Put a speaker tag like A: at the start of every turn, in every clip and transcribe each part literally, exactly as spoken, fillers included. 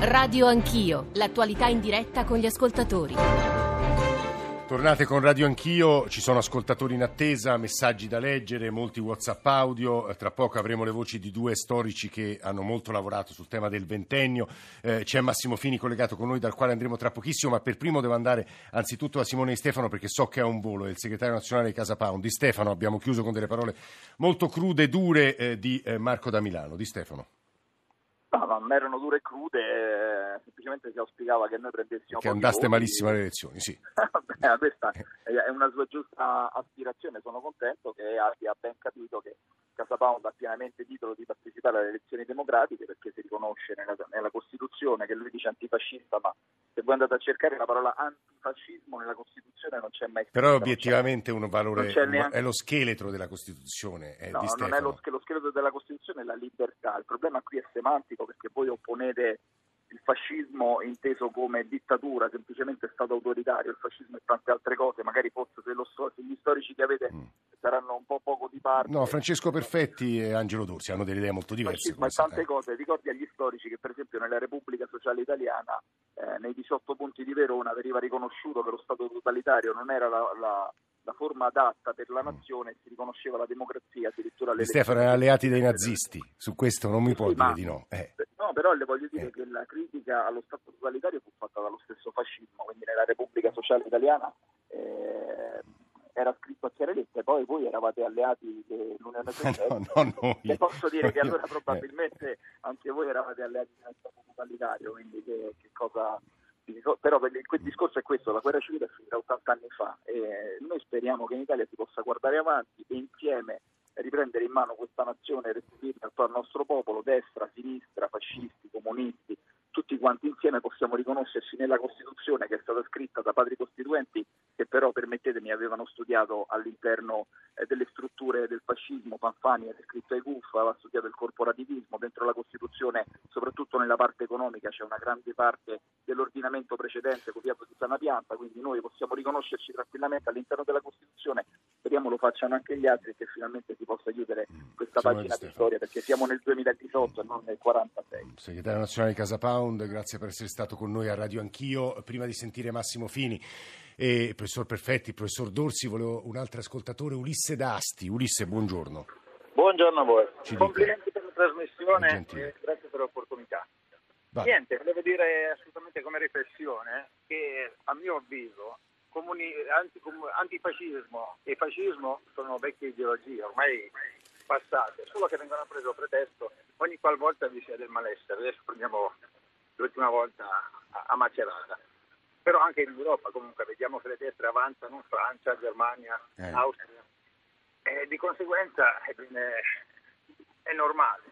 A: Radio Anch'io, l'attualità in diretta con gli ascoltatori.
B: Tornate con Radio Anch'io, ci sono ascoltatori in attesa, messaggi da leggere, molti WhatsApp audio, tra poco avremo le voci di due storici che hanno molto lavorato sul tema del ventennio, eh, c'è Massimo Fini collegato con noi dal quale andremo tra pochissimo, ma per primo devo andare anzitutto da Simone Di Stefano perché so che ha un volo, è il segretario nazionale di Casa Pound. Di Stefano, abbiamo chiuso con delle parole molto crude e dure eh, di eh, Marco da Milano. Di Stefano.
C: No, non erano dure e crude, eh, semplicemente si auspicava che noi prendessimo
B: che andaste
C: voti.
B: malissimo alle elezioni, sì.
C: Vabbè, questa è una sua giusta aspirazione, sono contento che abbia ben capito che Casa Pound ha pienamente titolo di partecipare alle elezioni democratiche perché si riconosce nella, nella Costituzione, che lui dice antifascista, ma se voi andate a cercare la parola antifascismo nella Costituzione non c'è mai scritto.
B: Però obiettivamente un valore,
C: neanche...
B: è lo scheletro della Costituzione. È
C: no,
B: di
C: non è lo, lo scheletro della Costituzione, è la libertà. Il problema qui è semantico perché voi opponete il fascismo inteso come dittatura, semplicemente stato autoritario, il fascismo e tante altre cose, magari forse se, lo, se gli storici che avete mm. saranno un po' poco di parte.
B: No, Francesco Perfetti e Angelo Dorsi hanno delle idee molto diverse.
C: Ma tante eh. cose, ricordi agli storici che per esempio nella Repubblica Sociale Italiana eh, nei diciotto punti di Verona veniva riconosciuto che lo Stato totalitario non era la, la, la forma adatta per la nazione, mm. si riconosceva la democrazia, addirittura le
B: Stefano, erano alleati dei nazisti, su questo non mi sì, può sì, dire ma, di no. Eh.
C: No, però le voglio dire
B: eh.
C: che la critica allo Stato totalitario fu fatta dallo stesso fascismo, quindi nella Repubblica Sociale Italiana eh, era scritto a chiare lettere, poi voi eravate alleati dell'Unione Sovietica.
B: No, no, no,
C: e posso dire che allora probabilmente anche voi eravate alleati dello Stato totalitario, quindi che, che cosa... Però quel discorso è questo, la guerra civile è finita ottanta anni fa e noi speriamo che in Italia si possa guardare avanti e insieme riprendere in mano questa nazione e restituirla al nostro popolo, destra, sinistra, fascisti, comunisti, tutti quanti insieme possiamo riconoscerci nella Costituzione che è stata scritta da padri costituenti che però, permettetemi, avevano studiato all'interno eh, delle strutture del fascismo. Fanfani era iscritto ai C U F, aveva studiato il corporativismo, dentro la Costituzione, soprattutto nella parte economica, c'è una grande parte dell'ordinamento precedente copiato di sana pianta, quindi noi possiamo riconoscerci tranquillamente all'interno della Costituzione, speriamo lo facciano anche gli altri e che finalmente si possa chiudere questa
B: Siamo
C: pagina di storia, perché siamo nel duemiladiciotto e non nel quarantasei.
B: Segretario nazionale di Casa Pound, grazie per essere stato con noi a Radio Anch'io. Prima di sentire Massimo Fini e il professor Perfetti, il professor Dorsi, volevo un altro ascoltatore, Ulisse da Asti. Ulisse, buongiorno.
D: Buongiorno a voi.
B: Ci
D: Complimenti
B: dica.
D: per la trasmissione e grazie per l'opportunità.
B: Vai.
D: Niente, volevo dire assolutamente come riflessione che a mio avviso comuni, anti, antifascismo e fascismo sono vecchie ideologie, ormai passate, solo che vengono prese a pretesto ogni qualvolta vi sia del malessere. Adesso prendiamo l'ultima volta a, a Macerata. Però anche in Europa comunque vediamo che le destre avanzano in Francia, Germania, eh. Austria e di conseguenza è, è normale.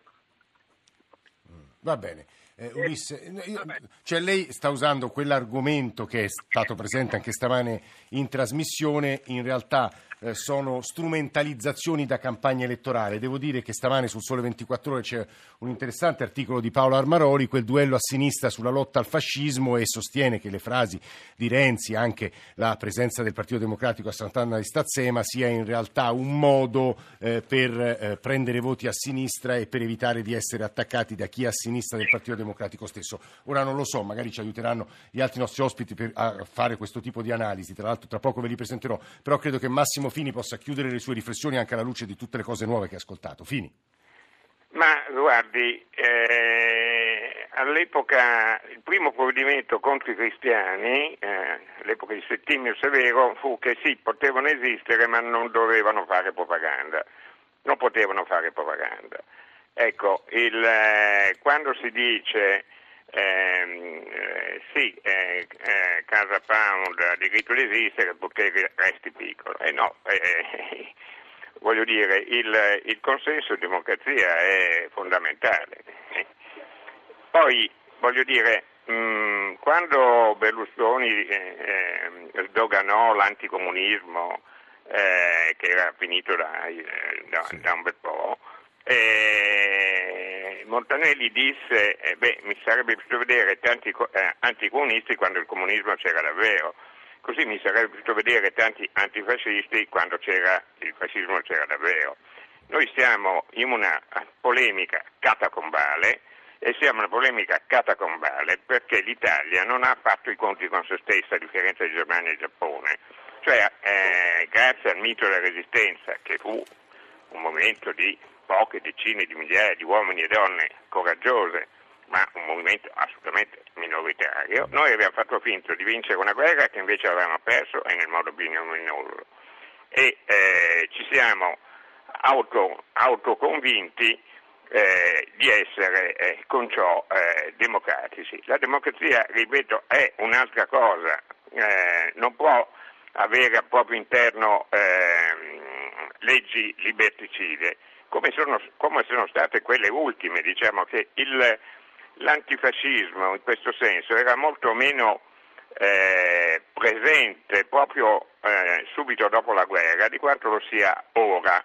B: Va bene. Eh, Ulisse, io, cioè lei sta usando quell'argomento che è stato presente anche stamane in trasmissione, in realtà eh, sono strumentalizzazioni da campagna elettorale. Devo dire che stamane sul Sole ventiquattro Ore c'è un interessante articolo di Paolo Armaroli, quel duello a sinistra sulla lotta al fascismo, e sostiene che le frasi di Renzi, anche la presenza del Partito Democratico a Sant'Anna di Stazzema, sia in realtà un modo eh, per eh, prendere voti a sinistra e per evitare di essere attaccati da chi è a sinistra del Partito Democratico stesso. Ora non lo so, magari ci aiuteranno gli altri nostri ospiti per, a fare questo tipo di analisi, tra l'altro tra poco ve li presenterò, però credo che Massimo Fini possa chiudere le sue riflessioni anche alla luce di tutte le cose nuove che ha ascoltato. Fini.
E: Ma guardi, eh, all'epoca il primo provvedimento contro i cristiani, eh, all'epoca di Settimio Severo, fu che sì, potevano esistere ma non dovevano fare propaganda, non potevano fare propaganda. Ecco, il, eh, quando si dice ehm, eh, sì, eh, eh, Casa Pound ha diritto di esistere perché resti piccolo, e eh no, eh, voglio dire, il, il consenso in democrazia è fondamentale. Poi, voglio dire, mh, quando Berlusconi eh, eh, sdoganò l'anticomunismo, eh, che era finito da, da,
B: sì.
E: da un bel po', Eh, Montanelli disse eh, beh, mi sarebbe piaciuto vedere tanti eh, anticomunisti quando il comunismo c'era davvero, così mi sarebbe piaciuto vedere tanti antifascisti quando c'era il fascismo c'era davvero. Noi siamo in una polemica catacombale e siamo in una polemica catacombale perché l'Italia non ha fatto i conti con se stessa, a differenza di Germania e Giappone. Cioè, eh, grazie al mito della Resistenza, che fu un movimento di poche decine di migliaia di uomini e donne coraggiose, ma un movimento assolutamente minoritario, noi abbiamo fatto finta di vincere una guerra che invece avevamo perso e nel modo più ignominioso. E eh, ci siamo auto, autoconvinti eh, di essere eh, con ciò eh, democratici. La democrazia, ripeto, è un'altra cosa, eh, non può avere al proprio interno eh, leggi liberticide, come sono, come sono state quelle ultime. Diciamo che il, l'antifascismo in questo senso era molto meno eh, presente proprio eh, subito dopo la guerra di quanto lo sia ora.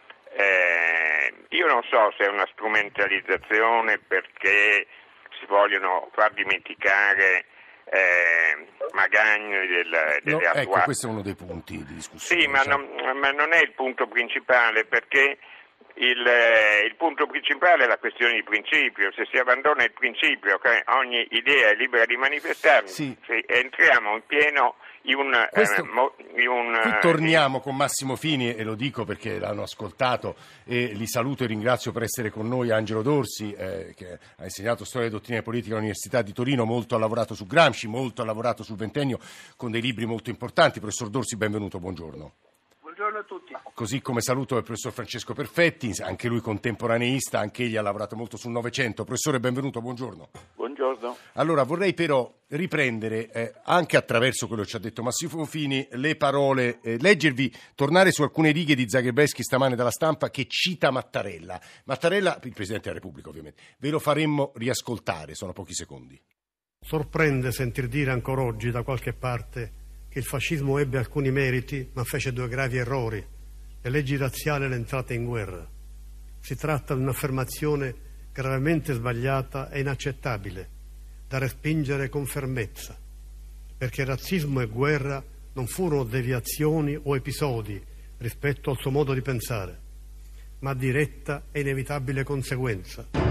E: Eh, io non so se è una strumentalizzazione perché si vogliono far dimenticare eh, magagne del, delle
B: no,
E: attuali.
B: Ecco, questo è uno dei punti di discussione.
E: Sì, ma,
B: diciamo.
E: non, ma non è il punto principale, perché il, eh, il punto principale è la questione di principio. Se si abbandona il principio che ogni idea è libera di manifestarsi,
B: sì.
E: entriamo in pieno in un...
B: Questo,
E: eh, mo, in un
B: qui torniamo con Massimo Fini, e lo dico perché l'hanno ascoltato, e li saluto e ringrazio per essere con noi Angelo Dorsi, eh, che ha insegnato storia e dottrina politica all'Università di Torino, molto ha lavorato su Gramsci, molto ha lavorato sul ventennio con dei libri molto importanti. Professor Dorsi, benvenuto, buongiorno.
D: Buongiorno a tutti.
B: Così come saluto il professor Francesco Perfetti, anche lui contemporaneista, anche egli ha lavorato molto sul Novecento. Professore, benvenuto, buongiorno.
F: Buongiorno.
B: Allora, vorrei però riprendere, eh, anche attraverso quello che ci ha detto Massimo Fini, le parole, eh, leggervi, tornare su alcune righe di Zagrebelsky stamane dalla Stampa che cita Mattarella. Mattarella, il Presidente della Repubblica ovviamente, ve lo faremmo riascoltare, sono pochi secondi.
G: Sorprende sentir dire ancora oggi da qualche parte che il fascismo ebbe alcuni meriti, ma fece due gravi errori: le leggi razziali e l'entrata in guerra. Si tratta di un'affermazione gravemente sbagliata e inaccettabile, da respingere con fermezza, perché razzismo e guerra non furono deviazioni o episodi rispetto al suo modo di pensare, ma diretta e inevitabile conseguenza.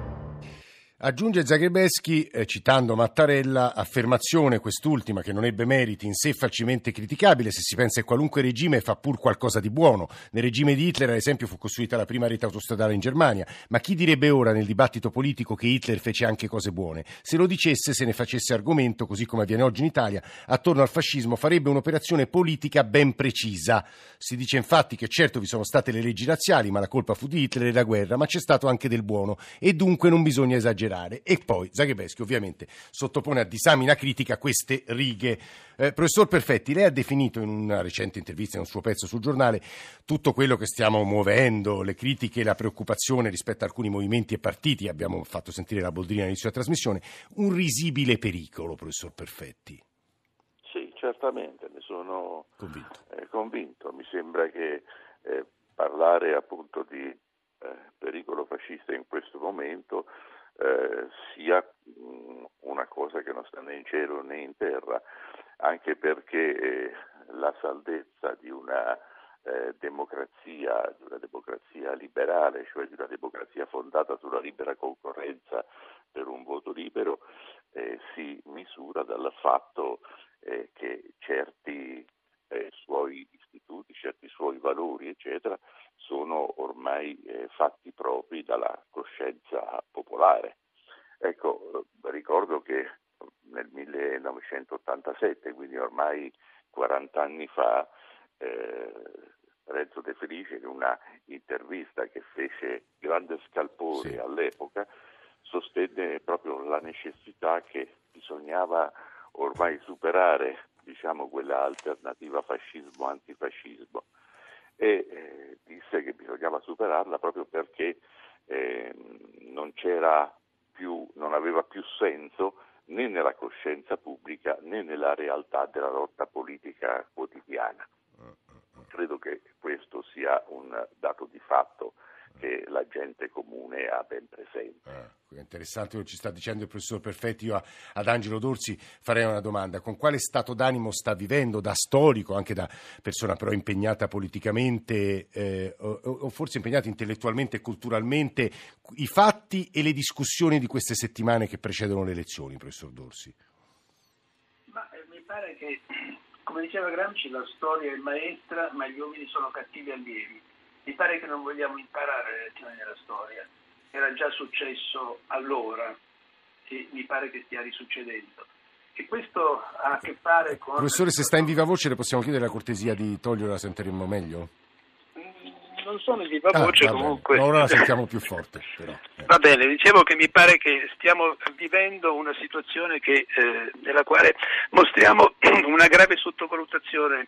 B: Aggiunge Zagrebelsky, eh, citando Mattarella, affermazione quest'ultima che non ebbe meriti, in sé facilmente criticabile se si pensa che qualunque regime fa pur qualcosa di buono. Nel regime di Hitler, ad esempio, fu costruita la prima rete autostradale in Germania, ma chi direbbe ora nel dibattito politico che Hitler fece anche cose buone? Se lo dicesse, se ne facesse argomento, così come avviene oggi in Italia, attorno al fascismo farebbe un'operazione politica ben precisa. Si dice infatti che certo vi sono state le leggi razziali, ma la colpa fu di Hitler e la guerra, ma c'è stato anche del buono e dunque non bisogna esagerare. E poi Zagrebelsky ovviamente sottopone a disamina critica queste righe. Eh, professor Perfetti, lei ha definito in una recente intervista, in un suo pezzo sul giornale, tutto quello che stiamo muovendo, le critiche e la preoccupazione rispetto a alcuni movimenti e partiti, abbiamo fatto sentire la Boldrina all'inizio della trasmissione, un risibile pericolo, professor Perfetti.
F: Sì, certamente, ne sono
B: convinto.
F: Eh, convinto. Mi sembra che eh, parlare appunto di eh, pericolo fascista in questo momento Eh, sia mh, una cosa che non sta né in cielo né in terra, anche perché eh, la saldezza di una eh, democrazia, di una democrazia liberale, cioè di una democrazia fondata sulla libera concorrenza per un voto libero, eh, si misura dal fatto eh, che certi eh, suoi istituti, certi suoi valori, eccetera, sono ormai eh, fatti propri dalla coscienza popolare. Ecco, ricordo che nel millenovecentottantasette, quindi ormai quaranta anni fa, eh, Renzo De Felice, in una intervista che fece grande scalpore
B: sì.
F: all'epoca, sostenne proprio la necessità che bisognava ormai superare, diciamo, quella alternativa fascismo-antifascismo, e eh, disse che bisognava superarla proprio perché eh, non c'era più, non aveva più senso né nella coscienza pubblica né nella realtà della lotta politica quotidiana. Credo che questo sia un dato di fatto che la gente comune ha ben presente.
B: Ah, è interessante quello che ci sta dicendo il professor Perfetti. Io a, ad Angelo Dorsi farei una domanda: con quale stato d'animo sta vivendo, da storico, anche da persona però impegnata politicamente eh, o, o forse impegnata intellettualmente e culturalmente, i fatti e le discussioni di queste settimane che precedono le elezioni, professor Dorsi?
H: Ma eh, mi pare che, come diceva Gramsci, la storia è maestra, ma gli uomini sono cattivi allievi. Mi pare che non vogliamo imparare le lezioni della storia. Era già successo allora e mi pare che stia risuccedendo. E questo ha a che fare con...
B: Professore, se sta in viva voce le possiamo chiedere la cortesia di toglierla, la sentiremo meglio?
H: Non sono in viva voce,
B: ah,
H: comunque...
B: Ora la sentiamo più forte, però. Eh.
H: Va bene, dicevo che mi pare che stiamo vivendo una situazione che, eh, nella quale mostriamo una grave sottovalutazione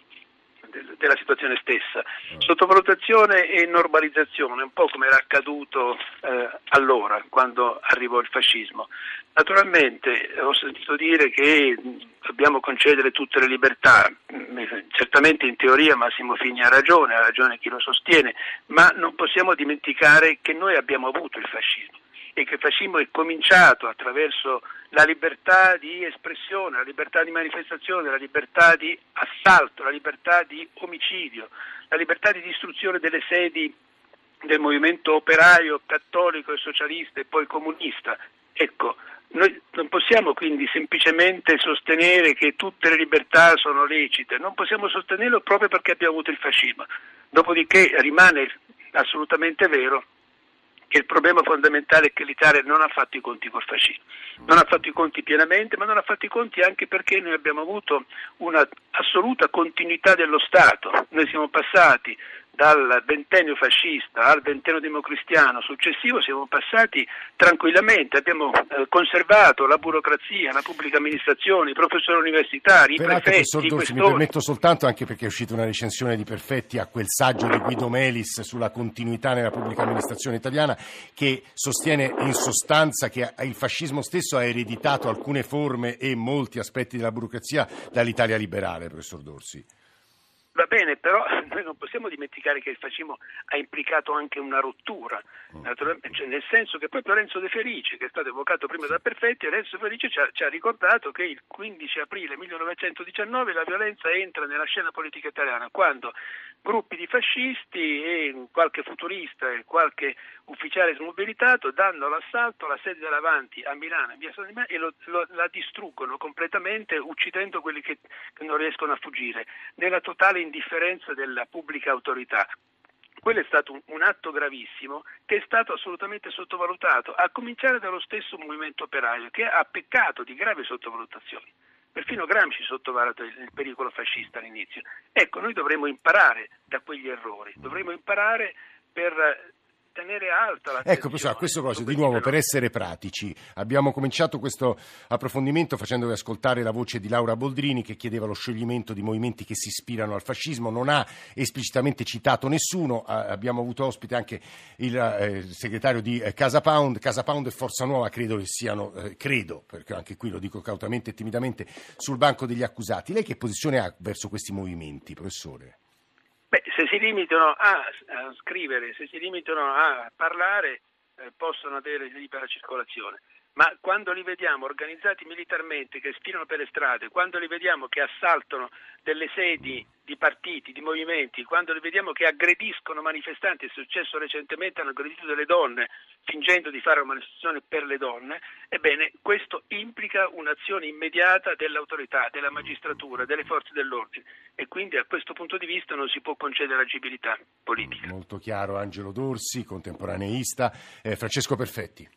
H: della situazione stessa, sottovalutazione e normalizzazione, un po' come era accaduto eh, allora, quando arrivò il fascismo. Naturalmente ho sentito dire che dobbiamo concedere tutte le libertà, certamente in teoria Massimo Fini ha ragione, ha ragione chi lo sostiene, ma non possiamo dimenticare che noi abbiamo avuto il fascismo e che il fascismo è cominciato attraverso la libertà di espressione, la libertà di manifestazione, la libertà di assalto, la libertà di omicidio, la libertà di distruzione delle sedi del movimento operaio, cattolico e socialista e poi comunista. Ecco, noi non possiamo quindi semplicemente sostenere che tutte le libertà sono lecite, non possiamo sostenerlo proprio perché abbiamo avuto il fascismo. Dopodiché rimane assolutamente vero che il problema fondamentale è che l'Italia non ha fatto i conti col fascismo, non ha fatto i conti pienamente, ma non ha fatto i conti anche perché noi abbiamo avuto una assoluta continuità dello Stato. Noi siamo passati dal ventennio fascista al ventennio democristiano successivo, siamo passati tranquillamente, abbiamo eh, conservato la burocrazia, la pubblica amministrazione, i professori universitari,
B: Peraltro,
H: i prefetti,
B: professor Dorsi,
H: i
B: mi permetto soltanto, anche perché è uscita una recensione di Perfetti a quel saggio di Guido Melis sulla continuità nella pubblica amministrazione italiana, che sostiene in sostanza che il fascismo stesso ha ereditato alcune forme e molti aspetti della burocrazia dall'Italia liberale, professor Dorsi.
H: Va bene, però noi non possiamo dimenticare che il fascismo ha implicato anche una rottura, naturalmente, cioè nel senso che proprio Lorenzo De Felice, che è stato evocato prima da Perfetti, Lorenzo De Felice ci ha, ci ha ricordato che il quindici aprile millenovecentodiciannove la violenza entra nella scena politica italiana, quando gruppi di fascisti e qualche futurista e qualche ufficiale smobilitato danno l'assalto alla sede dell'Avanti a Milano via San Milano, e lo, lo, la distruggono completamente, uccidendo quelli che, che non riescono a fuggire, nella totale indifferenza della pubblica autorità. Quello è stato un, un atto gravissimo che è stato assolutamente sottovalutato, a cominciare dallo stesso movimento operaio, che ha peccato di grave sottovalutazione. Perfino Gramsci sottovaluta il, il pericolo fascista all'inizio. Ecco, noi dovremmo imparare da quegli errori, dovremmo imparare per tenere alta l'attenzione.
B: Ecco, professore, a questo proposito, di nuovo, per essere pratici, abbiamo cominciato questo approfondimento facendovi ascoltare la voce di Laura Boldrini, che chiedeva lo scioglimento di movimenti che si ispirano al fascismo, non ha esplicitamente citato nessuno. Eh, abbiamo avuto ospite anche il, eh, il segretario di eh, Casa Pound. Casa Pound e Forza Nuova credo che siano, eh, credo, perché anche qui lo dico cautamente e timidamente, sul banco degli accusati. Lei che posizione ha verso questi movimenti, professore?
H: Beh, se si limitano a, a scrivere, se si limitano a parlare, eh, possono avere libera circolazione. Ma quando li vediamo organizzati militarmente, che spirano per le strade, quando li vediamo che assaltano delle sedi di partiti, di movimenti, quando li vediamo che aggrediscono manifestanti, è successo recentemente, hanno aggredito delle donne fingendo di fare una manifestazione per le donne, ebbene questo implica un'azione immediata dell'autorità, della magistratura, delle forze dell'ordine, e quindi a questo punto di vista non si può concedere agibilità politica.
B: Molto chiaro. Angelo Dorsi, contemporaneista. Eh, Francesco Perfetti.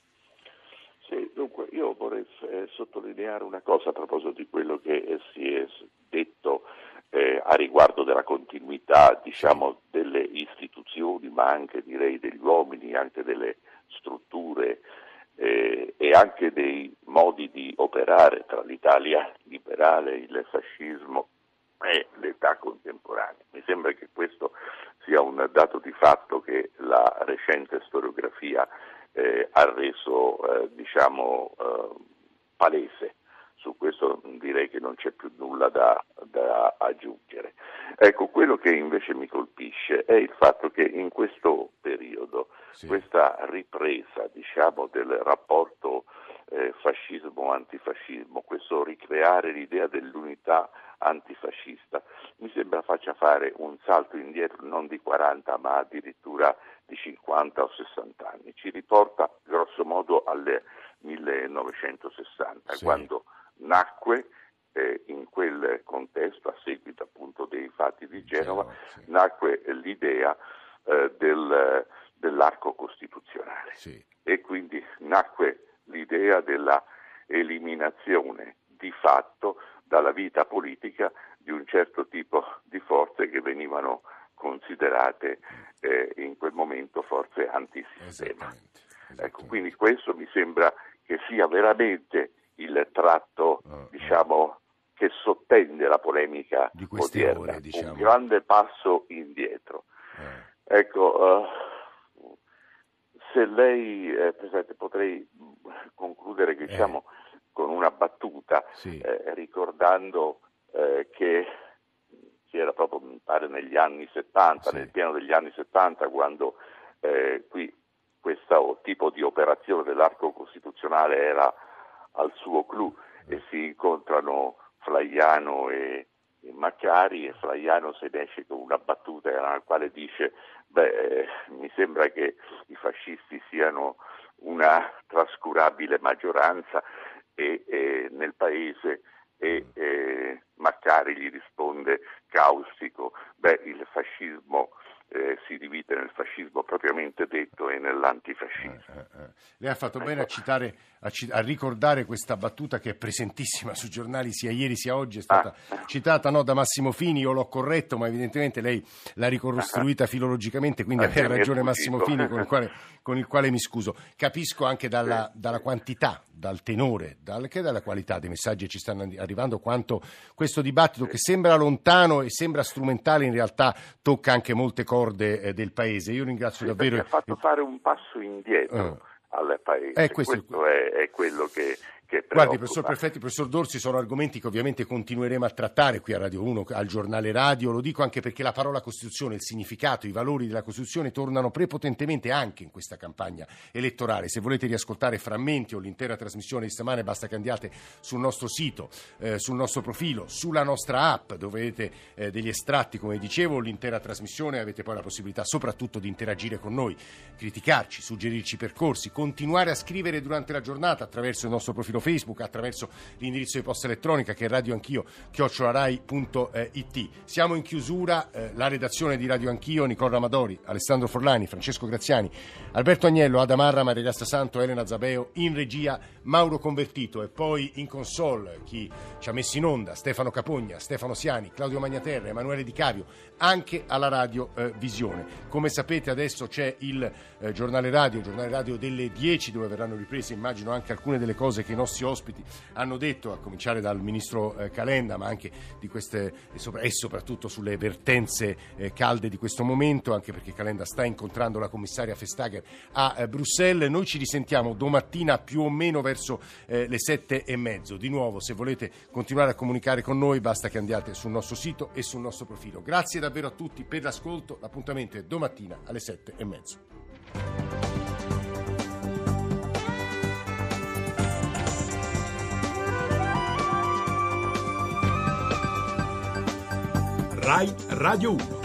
F: Sì, dunque io vorrei eh, sottolineare una cosa a proposito di quello che eh, si è detto eh, a riguardo della continuità, diciamo, delle istituzioni, ma anche direi degli uomini, anche delle strutture eh, e anche dei modi di operare tra l'Italia liberale, il fascismo e l'età contemporanea. Mi sembra che questo sia un dato di fatto che la recente storiografia Eh, ha reso eh, diciamo eh, palese su questo direi che non c'è più nulla da, da aggiungere. Ecco, quello che invece mi colpisce è il fatto che in questo periodo, sì. questa ripresa, diciamo, del rapporto eh, fascismo-antifascismo, questo ricreare l'idea dell'unità antifascista, mi sembra faccia fare un salto indietro non di quaranta ma addirittura di cinquanta o sessanta anni. Ci riporta grosso modo al millenovecentosessanta, sì. quando nacque eh, in quel contesto, a seguito appunto dei fatti di Genova, sì. nacque l'idea eh, del, dell'arco costituzionale sì. e quindi nacque l'idea della eliminazione di fatto dalla vita politica di un certo tipo di forze che venivano considerate eh, in quel momento forze antisistema. Esattamente, esattamente. Ecco, quindi questo mi sembra che sia veramente il tratto, uh, diciamo, che sottende la polemica
B: di queste
F: odierna,
B: ore, diciamo.
F: Un grande passo indietro. Uh. Ecco, uh, se lei, eh, Presidente, potrei concludere che, diciamo, eh. con una battuta, sì. eh, ricordando eh, che, che era proprio, mi pare, negli anni settanta, sì. nel pieno degli anni settanta, quando eh, qui questo tipo di operazione dell'arco costituzionale era al suo clou e si incontrano Flaiano e, e Maccari, e Flaiano se ne esce con una battuta nella quale dice beh, eh, mi sembra che i fascisti siano una trascurabile maggioranza e, e nel paese e eh, Maccari gli risponde caustico, beh, il fascismo Eh, si divide nel fascismo propriamente detto e nell'antifascismo.
B: Eh, eh, eh. Lei ha fatto ecco. bene a citare, a, ci, a ricordare questa battuta che è presentissima sui giornali sia ieri sia oggi, è stata ah. citata no, da Massimo Fini, io l'ho corretto, ma evidentemente lei l'ha ricostruita ah. filologicamente, quindi ah, aveva ragione Massimo Fini, con il, quale, con il quale mi scuso. Capisco anche dalla, sì. dalla quantità, dal tenore, dal, che dalla qualità dei messaggi che ci stanno arrivando, quanto questo dibattito sì. che sembra lontano e sembra strumentale, in realtà tocca anche molte cose del paese. Io ringrazio sì, davvero.
F: Ha fatto fare un passo indietro uh. al paese.
B: Eh, questo
F: questo è, è quello che, che
B: Guardi, professor Perfetti, professor Dorsi, sono argomenti che ovviamente continueremo a trattare qui a Radio uno, al giornale radio. Lo dico anche perché la parola Costituzione, il significato, i valori della Costituzione tornano prepotentemente anche in questa campagna elettorale. Se volete riascoltare frammenti o l'intera trasmissione di stamane, basta che andiate sul nostro sito, eh, sul nostro profilo, sulla nostra app, dove avete eh, degli estratti, come dicevo, l'intera trasmissione. Avete poi la possibilità soprattutto di interagire con noi, criticarci, suggerirci percorsi, continuare a scrivere durante la giornata attraverso il nostro profilo Facebook, attraverso l'indirizzo di posta elettronica che è radioanchio chiocciola rai punto it. Siamo in chiusura, eh, la redazione di Radio Anch'io, Nicola Ramadori, Alessandro Forlani, Francesco Graziani, Alberto Agnello, Ada Marra, Maria Grazia Santo, Elena Zabeo, in regia Mauro Convertito, e poi in console chi ci ha messo in onda, Stefano Capogna, Stefano Siani, Claudio Magnaterra, Emanuele Di Cavio, anche alla Radio eh, Visione. Come sapete adesso c'è il eh, giornale radio, il giornale radio delle dieci, dove verranno riprese, immagino, anche alcune delle cose che i nostri ospiti hanno detto, a cominciare dal ministro eh, Calenda, ma anche di queste e, sopra, e soprattutto sulle vertenze eh, calde di questo momento, anche perché Calenda sta incontrando la commissaria Vestager a eh, Bruxelles. Noi ci risentiamo domattina più o meno verso eh, le sette e mezzo. Di nuovo, se volete continuare a comunicare con noi, basta che andiate sul nostro sito e sul nostro profilo. Grazie davvero a tutti per l'ascolto. L'appuntamento è domattina alle sette e mezzo.
I: Rai Radio uno.